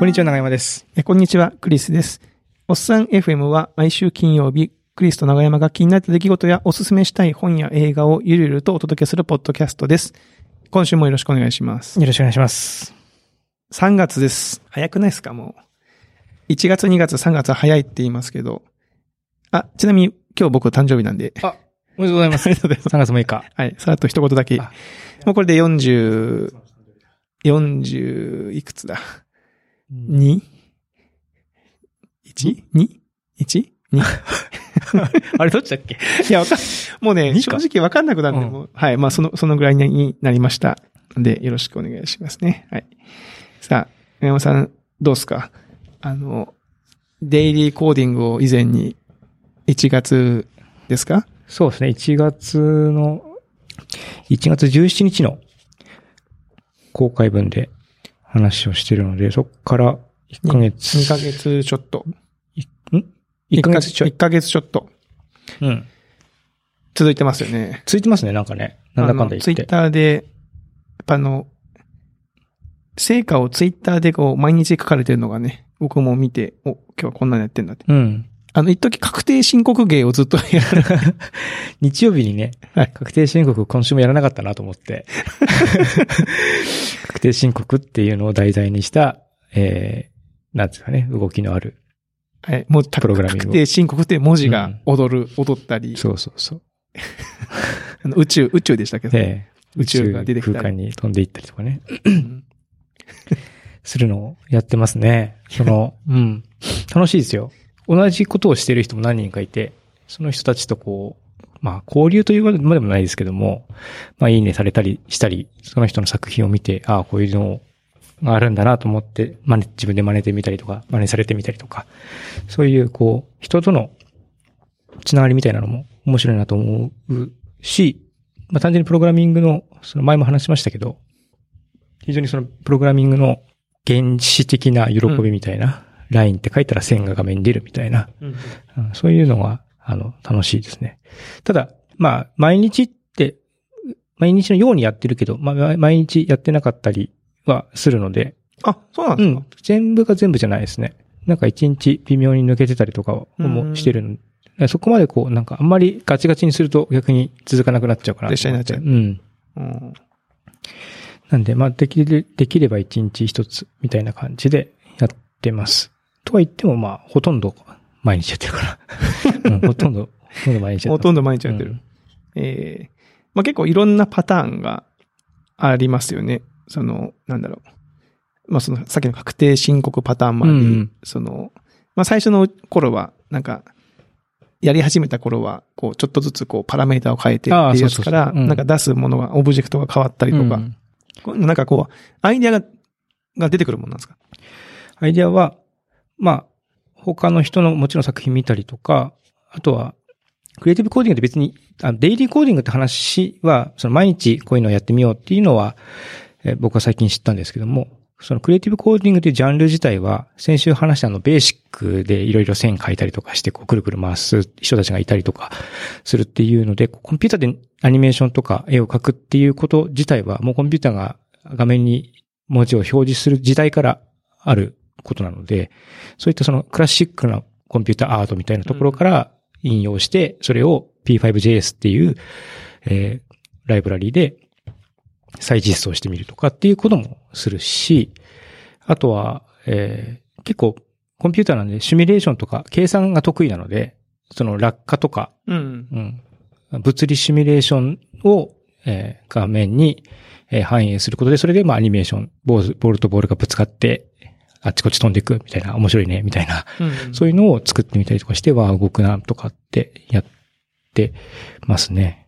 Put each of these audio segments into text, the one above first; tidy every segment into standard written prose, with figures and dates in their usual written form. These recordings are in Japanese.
こんにちは、長山です。 こんにちは、クリスです。おっさん FM は毎週金曜日、クリスと長山が気になった出来事やおすすめしたい本や映画をゆるゆるとお届けするポッドキャストです。今週もよろしくお願いします。 よろしくお願いします。 3月です。早くないですか、もう。1月、2月、3月早いって言いますけど。ちなみに今日僕誕生日なんで。 おめでとうございます。 ありがとうございます。 3月6日。 はい。さらっと一言だけ。もうこれで40いくつだ。2?1?2?1?2? あれどっちだっけ？ いや、もうね、正直わかんなくなるんで、もうはい。まあ、そのぐらいになりました。で、よろしくお願いしますね。はい。さあ、山本さん、どうですか？デイリーコーディングを以前に、1月ですか？ そうですね。1月17日の公開分で話をしているので、そこから1ヶ月。 2ヶ月ちょっと。 1ヶ月ちょい。 1ヶ月ちょっと。 うん。 続いてますよね。 続いてますね、なんかね。なんだかんだ言って。 ツイッターで、やっぱ成果をツイッターでこう、毎日書かれてるのがね、僕も見て、今日はこんなのやってんだって。 うん。 一時確定申告芸をずっとやる。 日曜日にね、はい、確定申告今週もやらなかったなと思って。確定申告っていうのを題材にした、なんですかね、動きのある。 はい。もう、プログラミング。確定申告って文字が踊ったり。 そうそうそう。 宇宙でしたけど、宇宙が出てきたり。 空間に飛んでいったりとかね。するのをやってますね。うん。楽しいですよ。同じことをしている人も何人かいて、その人たちとこう、まあ交流というまでもないですけども、まあいいねされたりしたり、その人の作品を見て、こういうのがあるんだなと思って、自分で真似てみたりとか、真似されてみたりとか、そういうこう、人とのつながりみたいなのも面白いなと思うし、まあ単純にプログラミングの、前も話しましたけど、非常にプログラミングの原始的な喜びみたいな、ラインって書いたら線が画面に出るみたいな、そういうのが、楽しいですね。ただ、まあ、毎日のようにやってるけど、まあ、毎日やってなかったりはするので。 そうなんですか？ 全部が全部じゃないですね。なんか一日微妙に抜けてたりとかもしてるので、そこまでこう、なんかあんまりガチガチにすると逆に続かなくなっちゃうかなと思って。 プレッシャーになっちゃう。 なんで、まあ、できれば一日一つみたいな感じでやってます。とは言っても、まあ、ほとんど毎日やってるから。ほとんど毎日やってる。 ほとんど毎日やってる。まあ結構いろんなパターンがありますよね。なんだろう。まあさっきの確定申告パターンもあり、まあ最初の頃は、なんか、やり始めた頃は、こう、ちょっとずつこう、パラメータを変えてっていうやつから、なんか出すものが、オブジェクトが変わったりとか、なんかこう、アイデアが出てくるものなんですか？ アイデアは、まあ、他の人のもちろん作品見たりとか、あとは、クリエイティブコーディングって別に、デイリーコーディングって話は、毎日こういうのをやってみようっていうのは、僕は最近知ったんですけども、クリエイティブコーディングというジャンル自体は、先週話したベーシックでいろいろ線書いたりとかして、こう、くるくる回す人たちがいたりとかするっていうので、コンピューターでアニメーションとか絵を描くっていうこと自体は、もうコンピューターが画面に文字を表示する時代からあることなので、そういったクラシックなコンピューターアートみたいなところから引用して、それを P5JS っていう、ライブラリで再実装してみるとかっていうこともするし、あとは、結構コンピューターなんでシミュレーションとか計算が得意なので、落下とか、物理シミュレーションを、画面に、反映することで、それでアニメーション、ボールとボールがぶつかって、あっちこっち飛んでいくみたいな、面白いねみたいな、そういうのを作ってみたりとかして、動くなとかってやってますね。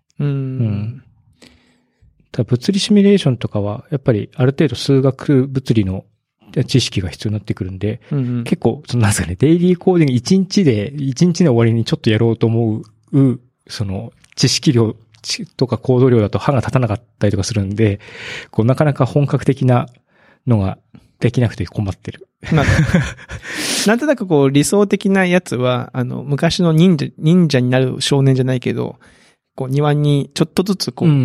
ただ物理シミュレーションとかは、やっぱりある程度数学物理の知識が必要になってくるんで、結構、なんですかね、デイリーコーディング一日の終わりにちょっとやろうと思う、知識量とか行動量だと歯が立たなかったりとかするんで、こう、なかなか本格的なのができなくて困ってる。 なんとなくこう、理想的なやつは、昔の忍者になる少年じゃないけど、こう、庭にちょっとずつこう、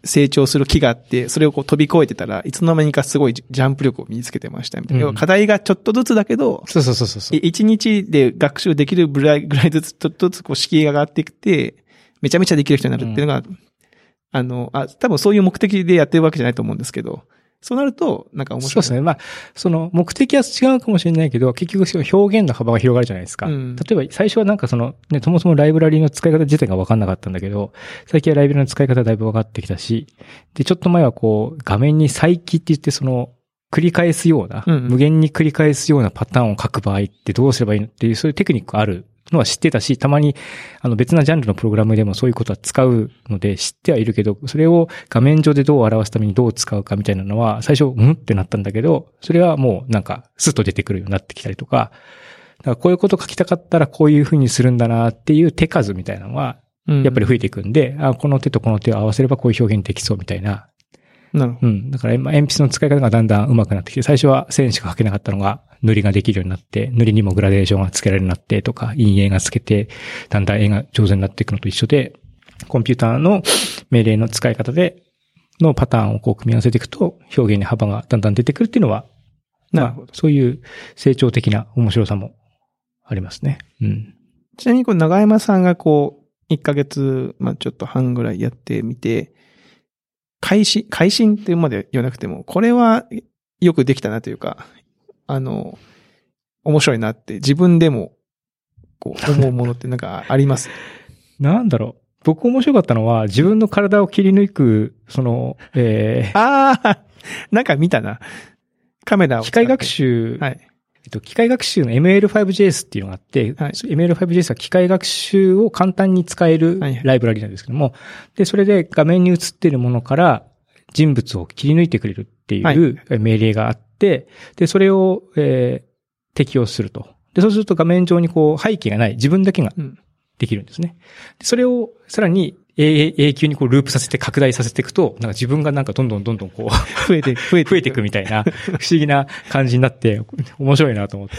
成長する木があって、それをこう飛び越えてたらいつの間にかすごいジャンプ力を身につけてましたみたいな。要は課題がちょっとずつだけど、 そう。 1日で学習できるぐらいずつ、ちょっとずつこう敷居が上がってきて、めちゃめちゃできる人になるっていうのが、多分そういう目的でやってるわけじゃないと思うんですけど、そうなると、なんか面白い。 そうですね。まあ、その目的は違うかもしれないけど、結局表現の幅が広がるじゃないですか。例えば最初はなんかその、ね、そもそもライブラリの使い方自体が分かんなかったんだけど、最近はライブラリの使い方だいぶ分かってきたし、で、ちょっと前はこう、画面に再起って言ってその、繰り返すような、無限に繰り返すようなパターンを書く場合ってどうすればいいのっていう、そういうテクニックがあるのは知ってたし、たまに別なジャンルのプログラムでもそういうことは使うので知ってはいるけど、それを画面上でどう表すためにどう使うかみたいなのは最初ってなったんだけど、それはもうなんかスッと出てくるようになってきたりとか、だからこういうこと書きたかったらこういう風にするんだなっていう手数みたいなのはやっぱり増えていくんで、この手とこの手を合わせればこういう表現できそうみたいな。 なるほど。 だから今鉛筆の使い方がだんだん上手くなってきて、最初は線しか書けなかったのが塗りができるようになって、塗りにもグラデーションがつけられるようになってとか、陰影がつけて、だんだん絵が上手になっていくのと一緒で、コンピューターの命令の使い方でのパターンをこう組み合わせていくと、表現に幅がだんだん出てくるっていうのは、 なるほど。 そういう成長的な面白さもありますね。 ちなみにこう長山さんがこう、1ヶ月、ちょっと半ぐらいやってみて、会心ってまで言わなくても、これはよくできたなというか、面白いなって自分でもこう思うものってなんかありますなんだろう。僕面白かったのは自分の体を切り抜く、 なんか見たな。カメラを。 機械学習。 はい。 機械学習の ML5JS っていうのがあって、はい、ML5JS は機械学習を簡単に使えるライブラリなんですけども、で、それで画面に映っているものから人物を切り抜いてくれるっていう命令があって、で、それを、適用すると。で、そうすると画面上にこう背景がない自分だけができるんですね。でそれをさらに永久にこうループさせて拡大させていくと、なんか自分がなんかどんどんこう増えていくみたいな不思議な感じになって面白いなと思って。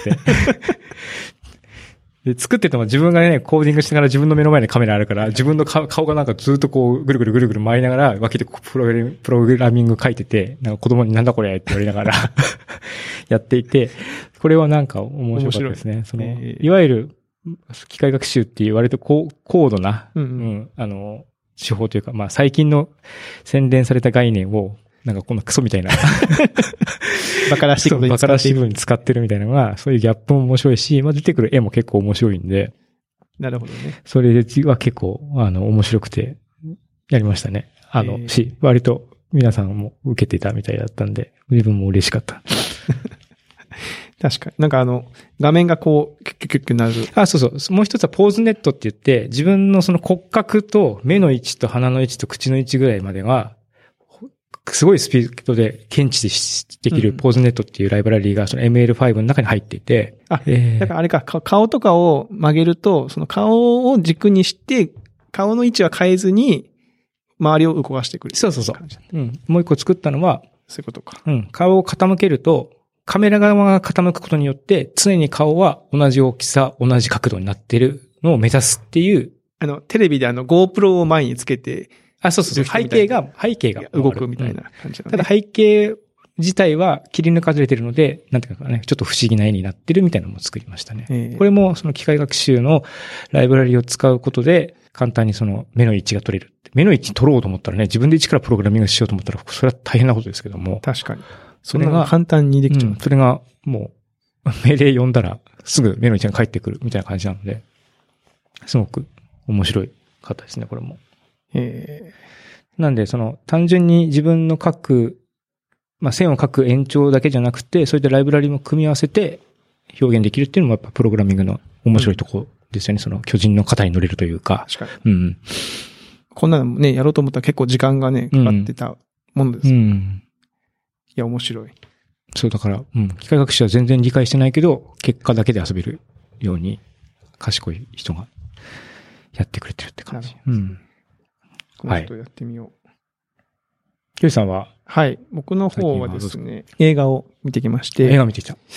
で作ってても自分がね、コーディングしながら自分の目の前にカメラあるから、自分の顔がなんかずっとこうぐるぐる回りながら分けてプログラミング書いてて、なんか子供になんだこれって言われながらやっていて、これはなんか面白かったですね。いわゆる機械学習っていう割と高度な、手法というか、最近の洗練された概念を、なんかこんなクソみたいなバカらしい部分に使ってるみたいなのが、そういうギャップも面白いし、出てくる絵も結構面白いんで。 なるほどね。 それは結構、面白くて、やりましたね。割と皆さんも受けていたみたいだったんで、自分も嬉しかった。 確かに。なんか画面がこう、キュッキュッキュなる。 そう。もう一つはポーズネットって言って、自分のその骨格と目の位置と鼻の位置と口の位置ぐらいまでが、すごいスピードで検知できるポーズネットっていうライブラリーがその ML5 の中に入っていて。 だからあれか、顔とかを曲げると、その顔を軸にして、顔の位置は変えずに、周りを動かしてくれる。 そう。もう一個作ったのは、 そういうことか。 顔を傾けると、カメラ側が傾くことによって、常に顔は同じ大きさ、同じ角度になっているのを目指すっていう。 テレビでGoPro を前につけて、 そう。背景が動くみたいな感じだね。 ただ背景自体は切り抜かれているので、なんていうかね、ちょっと不思議な絵になってるみたいなのも作りましたね。これもその機械学習のライブラリを使うことで、簡単にその目の位置が取れる。目の位置取ろうと思ったらね、自分で一からプログラミングしようと思ったら、それは大変なことですけども。 確かに。それが簡単にできちゃう。 それがもう、命令読んだらすぐ目の位置が返ってくるみたいな感じなので、すごく面白い方ですね、これも。なんで、単純に自分の書く、線を書く延長だけじゃなくて、そういったライブラリも組み合わせて表現できるっていうのもやっぱプログラミングの面白いところですよね。その巨人の肩に乗れるというか。 確かに。こんなのね、やろうと思ったら結構時間がね、かかってたものです。いや、面白い。 そう、だから、機械学習は全然理解してないけど、結果だけで遊べるように、賢い人がやってくれてるって感じ。 ちょっとやってみよう。 キュウさんは？ はい。僕の方はですね、映画を見てきまして。 映画見てきた。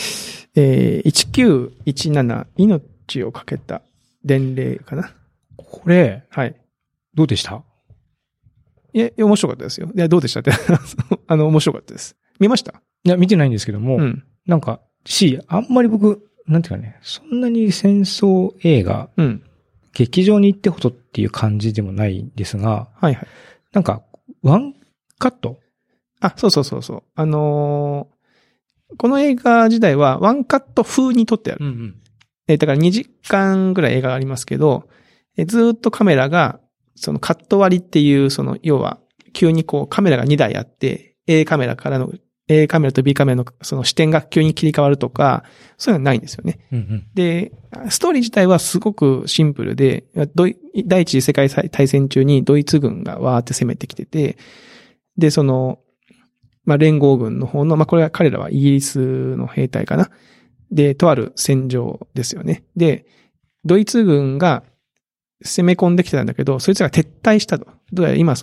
1917、命をかけた伝令かな。 これ、 はい。 どうでした？ いや、面白かったですよ。いや、どうでしたって。面白かったです。見ました？ いや、見てないんですけども、 うん。 なんか、あんまり僕、なんていうかね、そんなに戦争映画、 うん。 劇場に行ってほどっていう感じでもないんですが、 はいはい。 なんか、ワンカット？ あ、そうそうそうそう。この映画自体はワンカット風に撮ってある。 うんうん。 だから2時間ぐらい映画がありますけど、ずーっとカメラが、そのカット割りっていう、その、要は、急にこうカメラが2台あって、A カメラと B カメラのその視点が急に切り替わるとか、そういうのはないんですよね。 うんうん。 で、ストーリー自体はすごくシンプルで、第一次世界大戦中にドイツ軍がわーって攻めてきてて、で、その、連合軍の方の、これは彼らはイギリスの兵隊かな。で、とある戦場ですよね。で、ドイツ軍が攻め込んできてたんだけど、そいつが撤退したと。どうやら今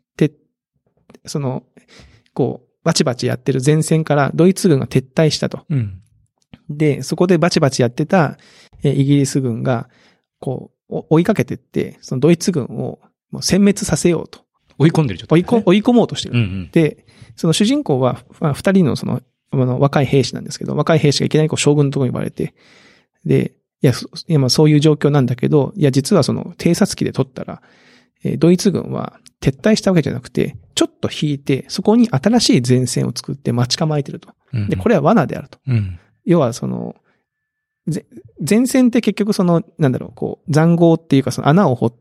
こう、バチバチやってる前線からドイツ軍が撤退したと。 うん。 で、そこでバチバチやってたイギリス軍が、こう、追いかけてって、そのドイツ軍をもう殲滅させようと。 追い込んでる状態、ね。 追い込もうとしてる。 うんうん。 で、その主人公は、二人のその、若い兵士なんですけど、若い兵士がいきなりこう将軍のところに呼ばれて、で、今そういう状況なんだけど、いや、実はその偵察機で撮ったら、ドイツ軍は撤退したわけじゃなくて、ちょっと引いて、そこに新しい前線を作って待ち構えてると。で、これは罠であると。 うん、 要はその、前線って結局その、こう、塹壕っていうかその穴を掘って、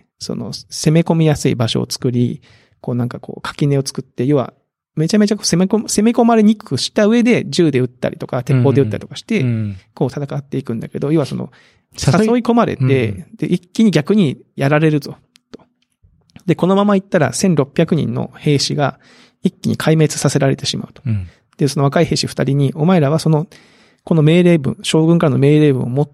その、攻め込みやすい場所を作り、こう垣根を作って、要は、めちゃめちゃ攻め込まれにくくした上で銃で撃ったりとか、鉄砲で撃ったりとかして、こう戦っていくんだけど、要はその、誘い込まれて、で、一気に逆にやられるぞ。で、このまま行ったら1600人の兵士が一気に壊滅させられてしまうと。で、その若い兵士二人に、お前らはこの命令文、将軍からの命令文を持って、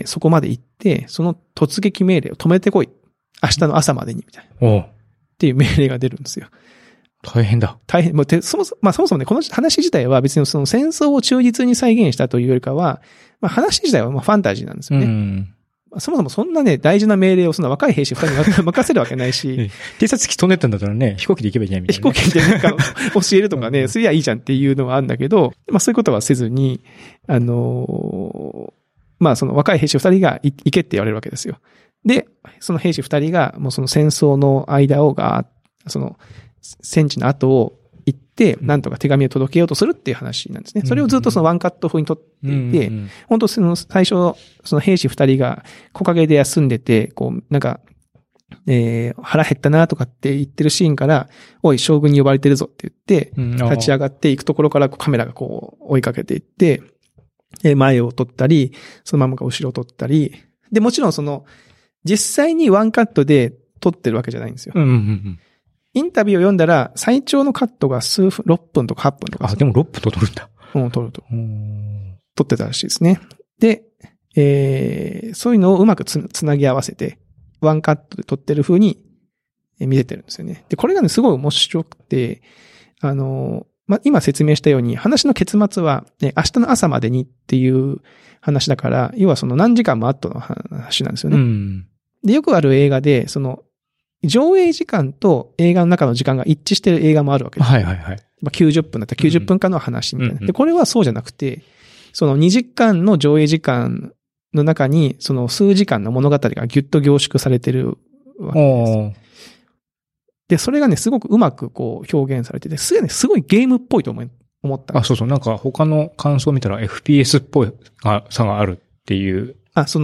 そこまで行って、その突撃命令を止めてこい。明日の朝までに、みたいな。っていう命令が出るんですよ。 大変だ。 大変。そもそもね、この話自体は別にその戦争を忠実に再現したというよりかは、話自体はファンタジーなんですよね。そもそもそんなね、大事な命令をそんな若い兵士二人に任せるわけないし。 偵察機飛んでったんだったらね、飛行機で行けばいいじゃんみたいな、 飛行機でなんか教えるとかね、すりゃいいじゃんっていうのはあるんだけど、そういうことはせずに、その若い兵士二人が行けって言われるわけですよ。で、その兵士二人がもうその戦争の間その戦地の後を行って、なんとか手紙を届けようとするっていう話なんですね。それをずっとそのワンカット風に撮っていて、本当その最初、その兵士二人が木陰で休んでて、こう、腹減ったなとかって言ってるシーンから、おい、将軍に呼ばれてるぞって言って、立ち上がっていくところからカメラがこう追いかけていって、前を撮ったり、そのままが後ろを撮ったり、で、もちろんその、実際にワンカットで撮ってるわけじゃないんですよ。インタビューを読んだら、最長のカットが6分とか8分とか。 でも6分と撮るんだ。 撮ると。撮ってたらしいですね。で、そういうのをうまくつなぎ合わせて、ワンカットで撮ってる風に見せてるんですよね。で、これがね、すごい面白くて、今説明したように、話の結末は、明日の朝までにっていう話だから、要はその何時間も後の話なんですよね。で、よくある映画で、その、上映時間と映画の中の時間が一致してる映画もあるわけです。90分だったら90分間の話みたいな。で、これはそうじゃなくて、その2時間の上映時間の中に、その数時間の物語がギュッと凝縮されてるわけです。で、それがね、すごくうまくこう表現されてて、すごいゲームっぽいと思った。 そう。なんか他の感想を見たら FPS っぽい差があるっていう。 そう、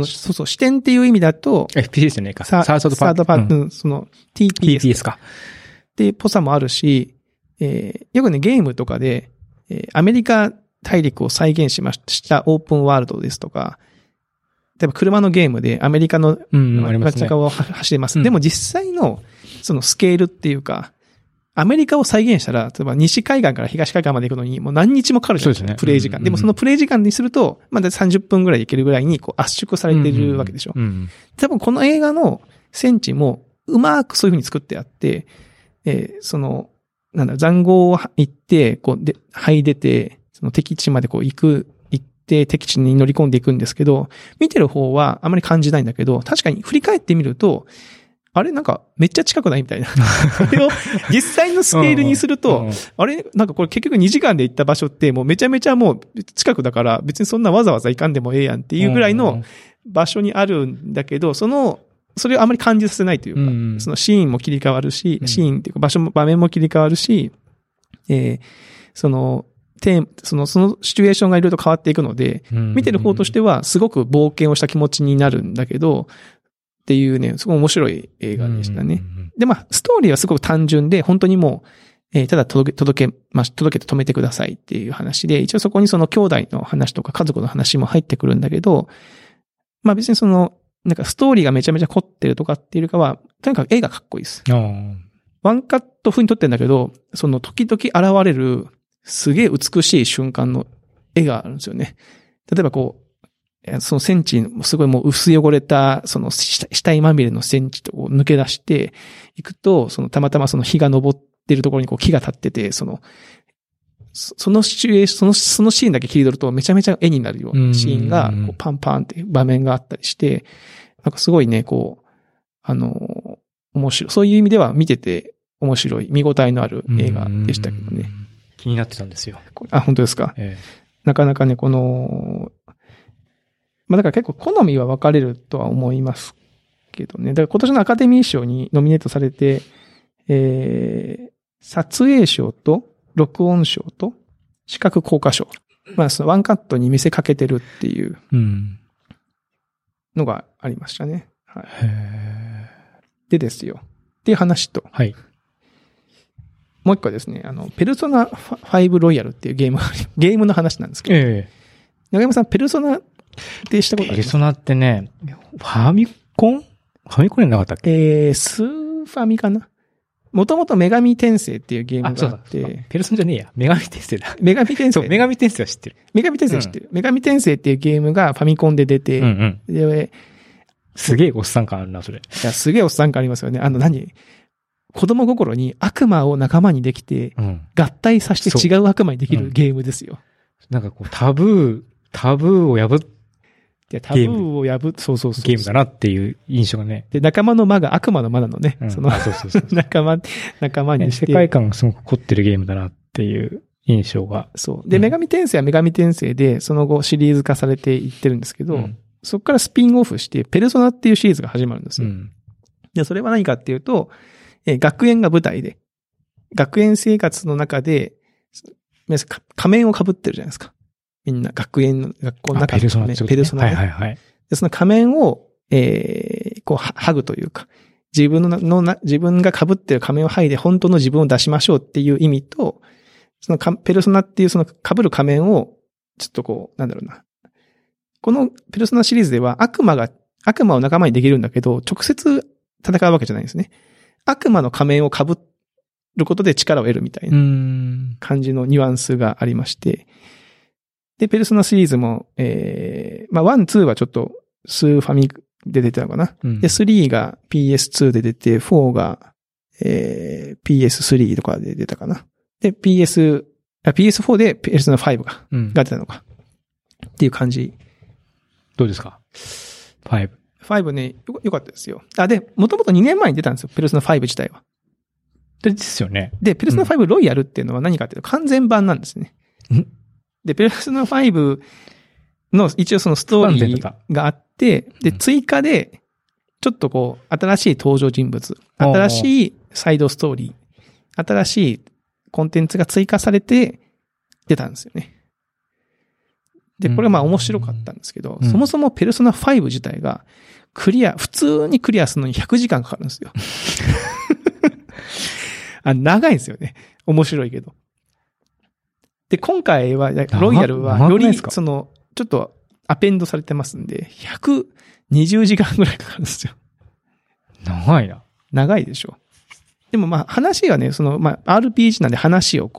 視点っていう意味だと、 FPS じゃねえか。 サードパート、その TPS か。 ってぽさもあるし、よくね、ゲームとかで、アメリカ大陸を再現したオープンワールドですとか、例えば車のゲームでアメリカの街中を走れます。でも実際のそのスケールっていうか、アメリカを再現したら、例えば西海岸から東海岸まで行くのにもう何日もかかるじゃないですか。プレイ時間。でもそのプレイ時間にすると、まだ30分ぐらい行けるぐらいにこう圧縮されてるわけでしょ。多分この映画の戦地もうまくそういう風に作ってあって、塹壕を行って、こう這い出て、その敵地までこう行って敵地に乗り込んでいくんですけど、見てる方はあまり感じないんだけど、確かに振り返ってみると、 あれなんかめっちゃ近くないみたいな。それを実際のスケールにすると、あれなんかこれ結局2時間で行った場所ってもうめちゃめちゃもう近くだから別にそんなわざわざ行かんでもええやんっていうぐらいの場所にあるんだけど、それをあまり感じさせないというか、そのシーンも切り替わるし、シーンっていうか場面も切り替わるし、そのシチュエーションがいろいろと変わっていくので、見てる方としてはすごく冒険をした気持ちになるんだけど、っていうね、すごい面白い映画でしたね。で、ストーリーはすごく単純で、本当にもう、ただ届けて止めてくださいっていう話で、一応そこにその兄弟の話とか家族の話も入ってくるんだけど、別になんかストーリーがめちゃめちゃ凝ってるとかっていうよりかは、とにかく絵がかっこいいです。ワンカット風に撮ってるんだけど、その時々現れるすげえ美しい瞬間の絵があるんですよね。例えばその戦地、すごいもう薄汚れた、その死体まみれの戦地を抜け出していくと、たまたまその火が昇ってるところに木が立ってて、そのシチュエーション、そのシーンだけ切り取るとめちゃめちゃ絵になるようなシーンが、パンパンって場面があったりして、なんかすごいね、面白い。そういう意味では見てて面白い、見応えのある映画でしたけどね。 気になってたんですよ。 本当ですか。なかなかね、だから結構好みは分かれるとは思いますけどね。だから今年のアカデミー賞にノミネートされて、撮影賞と録音賞と視覚効果賞。そのワンカットに見せかけてるっていうのがありましたね。はい。でですよ。っていう話と。 はい。 もう一個ですね、ペルソナ5ロイヤルっていうゲームの話なんですけど。長山さん、ペルソナってしたことあります？ ペルソナってね、ファミコンじゃなかったっけ？ スーファミかな？もともと女神転生っていうゲームがあって。 ペルソナじゃねえや。女神転生だ。 女神転生。 そう、女神転生は知ってる。 女神転生知ってる。女神転生っていうゲームがファミコンで出て、 すげえおっさん感あるな、それ。 いや、すげえおっさん感ありますよね。子供心に悪魔を仲間にできて、合体させて違う悪魔にできるゲームですよ。 なんかタブーを破って、 タブーをそうゲームだなっていう印象がね。 で、仲間の魔が悪魔の魔なのね。そう仲間にして。 世界観がすごく凝ってるゲームだなっていう印象が。 そう。で、女神転生は女神転生で、その後シリーズ化されていってるんですけど、そこからスピンオフして、ペルソナっていうシリーズが始まるんですよ。で、それは何かっていうと、学園が舞台で、学園生活の中で、仮面を被ってるじゃないですか。みんな学校の中で、 ペルソナね。 ペルソナね。 はいはいはい。 で、その仮面を、剥ぐというか、自分が被ってる仮面を剥いで本当の自分を出しましょうっていう意味と、そのペルソナっていうその被る仮面を、ちょっとこのペルソナシリーズでは悪魔を仲間にできるんだけど、直接戦うわけじゃないんですね。悪魔の仮面を被ることで力を得るみたいな感じのニュアンスがありまして、で、ペルソナシリーズも、1、2はちょっとスーファミで出てたのかな。で、3が PS2 で出て、4が、PS3 とかで出たかな。で、PS4 でペルソナ5が出たのか。っていう感じ。 どうですか ?5 ね、よかったですよ。で、もともと2年前に出たんですよ。ペルソナ5自体は。 ですよね。 で、ペルソナ5ロイヤルっていうのは何かっていうと完全版なんですね。で、ペルソナ5の一応そのストーリーがあって、で、追加で、ちょっと新しい登場人物、新しいサイドストーリー、新しいコンテンツが追加されて出たんですよね。で、これは面白かったんですけど、そもそもペルソナ5自体が普通にクリアするのに100時間かかるんですよ。長いんですよね。面白いけど。で、今回は、ロイヤルは、より、ちょっとアペンドされてますんで、120時間ぐらいかかるんですよ。 長いな。 長いでしょ。でも話がね、RPG なんで話を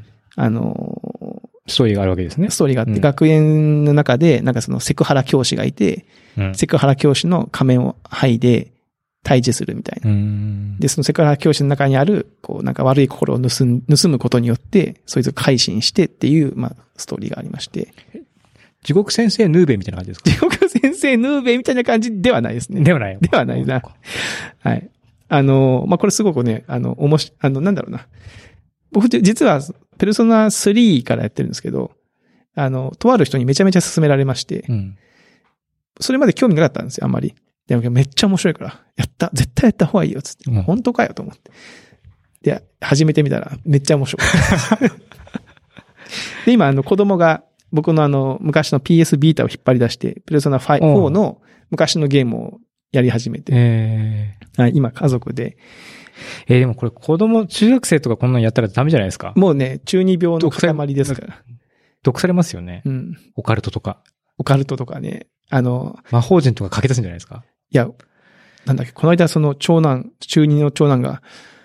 ストーリーがあるわけですね。 ストーリーがあって、学園の中で、なんかセクハラ教師がいて、セクハラ教師の仮面を剥いで、対峙するみたいな。で、そのセクハラ教師の中にある、なんか悪い心を盗むことによって、そいつを改心してっていう、ストーリーがありまして。 地獄先生ヌーベみたいな感じですか？ 地獄先生ヌーベみたいな感じではないですね。 ではない。 ではないな。はい。 まあ、これすごくね、なんだろうな。僕、実は、ペルソナ3からやってるんですけど、とある人にめちゃめちゃ勧められまして、それまで興味なかったんですよ、あんまり。でもめっちゃ面白いから、絶対やった方がいいよ、つって。本当かよ、と思って。で、始めてみたら、めっちゃ面白かった。で、今、子供が、僕の昔の PS ビータを引っ張り出して、ペルソナ4の昔のゲームをやり始めて。はい、今、家族で。 でもこれ中学生とかこんなのやったらダメじゃないですか。 もうね、中二病の塊ですから。 毒されますよね。オカルトとかね。 魔法陣とか駆け出すんじゃないですか。 いや、なんだっけ、この間中二の長男が、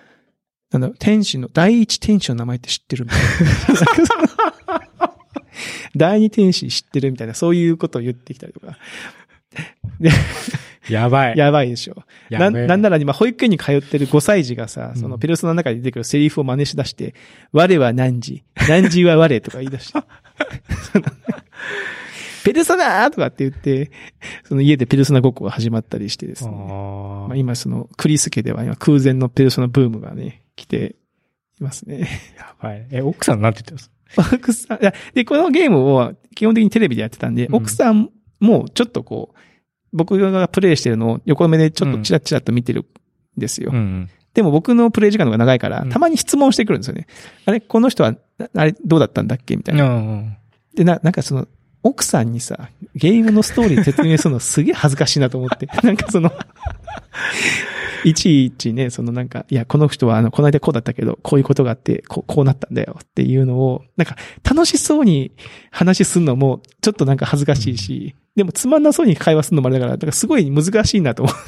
第一天使の名前って知ってるみたいな。第二天使知ってるみたいな、そういうことを言ってきたりとか。 やばい。 やばいでしょ。なんなら今、保育園に通ってる5歳児がさ、そのペルソナの中で出てくるセリフを真似し出して、我は汝は我とか言い出して。ペルソナーとかって言って、その家でペルソナごっこが始まったりしてですね。まあ、今クリス家では今空前のペルソナブームがね、来ていますね。 やばい。奥さんなんて言ってます？ 奥さん、で、このゲームを基本的にテレビでやってたんで、奥さんもちょっと僕がプレイしてるのを横目でちょっとチラチラと見てるんですよ。でも僕のプレイ時間の方が長いから、たまに質問してくるんですよね。あれ、この人は、あれ、どうだったんだっけみたいな。で、なんか奥さんにさ、ゲームのストーリー説明するのすげえ恥ずかしいなと思って。なんかいちいちね、なんか、いや、この人はこの間こうだったけど、こういうことがあって、こうなったんだよっていうのを、なんか、楽しそうに話するのも、ちょっとなんか恥ずかしいし、でもつまんなそうに会話するのもあれだから、だからすごい難しいなと思って。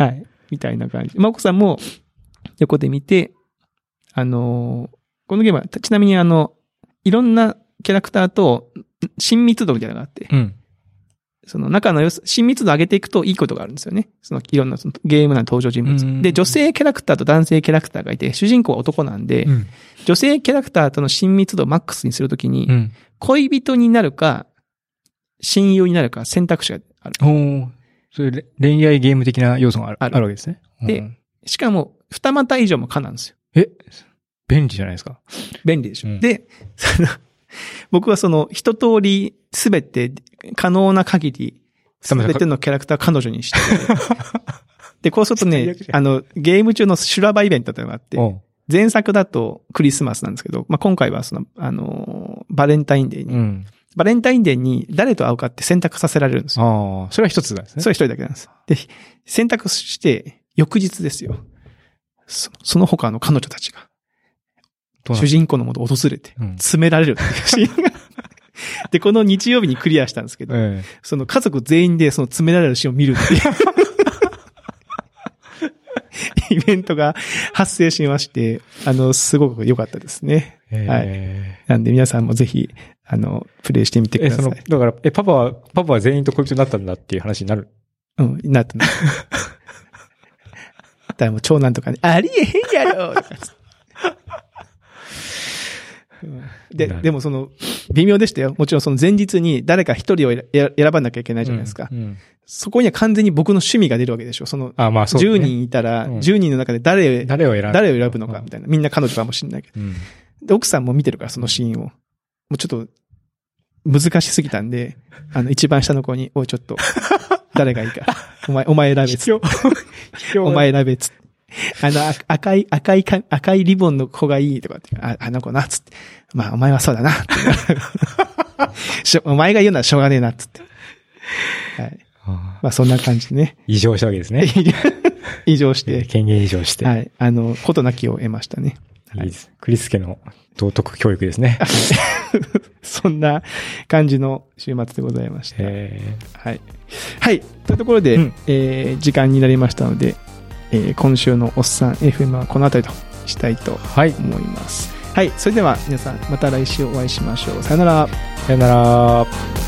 はい。みたいな感じ。まあ、奥さんも横で見て、このゲームは、ちなみにいろんなキャラクターと親密度みたいなのがあって、その中の親密度を上げていくといいことがあるんですよね。いろんなゲームの登場人物。で、女性キャラクターと男性キャラクターがいて、主人公は男なんで、女性キャラクターとの親密度をマックスにするときに、恋人になるか、親友になるか選択肢がある。 それ恋愛ゲーム的な要素があるわけですね。 で、しかも、二股以上も可なんですよ。 便利じゃないですか。 便利でしょ。で、僕は一通りすべて可能な限り、すべてのキャラクター彼女にして、で、こうするとね、ゲーム中の修羅場イベントというのがあって、前作だとクリスマスなんですけど、まあ、今回はバレンタインデーに、バレンタインデーに誰と会うかって選択させられるんですよ。 それは一つですね。 それ一人だけなんです。で、選択して、翌日ですよ。その他の彼女たちが、主人公のもと訪れて、詰められるっていうシーンが。で、この日曜日にクリアしたんですけど、その家族全員でその詰められるシーンを見るっていう。イベントが発生しまして、すごく良かったですね。はい。なんで皆さんもぜひ、プレイしてみてください。 だから、パパは全員と恋人になったんだっていう話になる。 なった。だからもう長男とかね、ありえへんやろとか。でも微妙でしたよ。もちろん前日に誰か一人を選ばなきゃいけないじゃないですか。そこには完全に僕の趣味が出るわけでしょ。10人いたら、10人の中で誰を選ぶのかみたいな。みんな彼女かもしれないけど。で、奥さんも見てるから、そのシーンを。もうちょっと、難しすぎたんで、一番下の子に、おいちょっと、誰がいいか。お前選べつ。お前選べつ。赤いリボンの子がいいとかって、あの子な、つって。まあ、お前はそうだな。お前が言うのはしょうがねえな、つって。はい。まあ、そんな感じでね。 異常したわけですね。 異常して。 権限異常して。 はい。ことなきを得ましたね。 いいです。クリス家の道徳教育ですね。 そんな感じの週末でございました。はい。はい。というところで、時間になりましたので、今週のおっさん FM はこの辺りとしたいと思います。はい。それでは皆さん、また来週お会いしましょう。さよなら。 さよなら。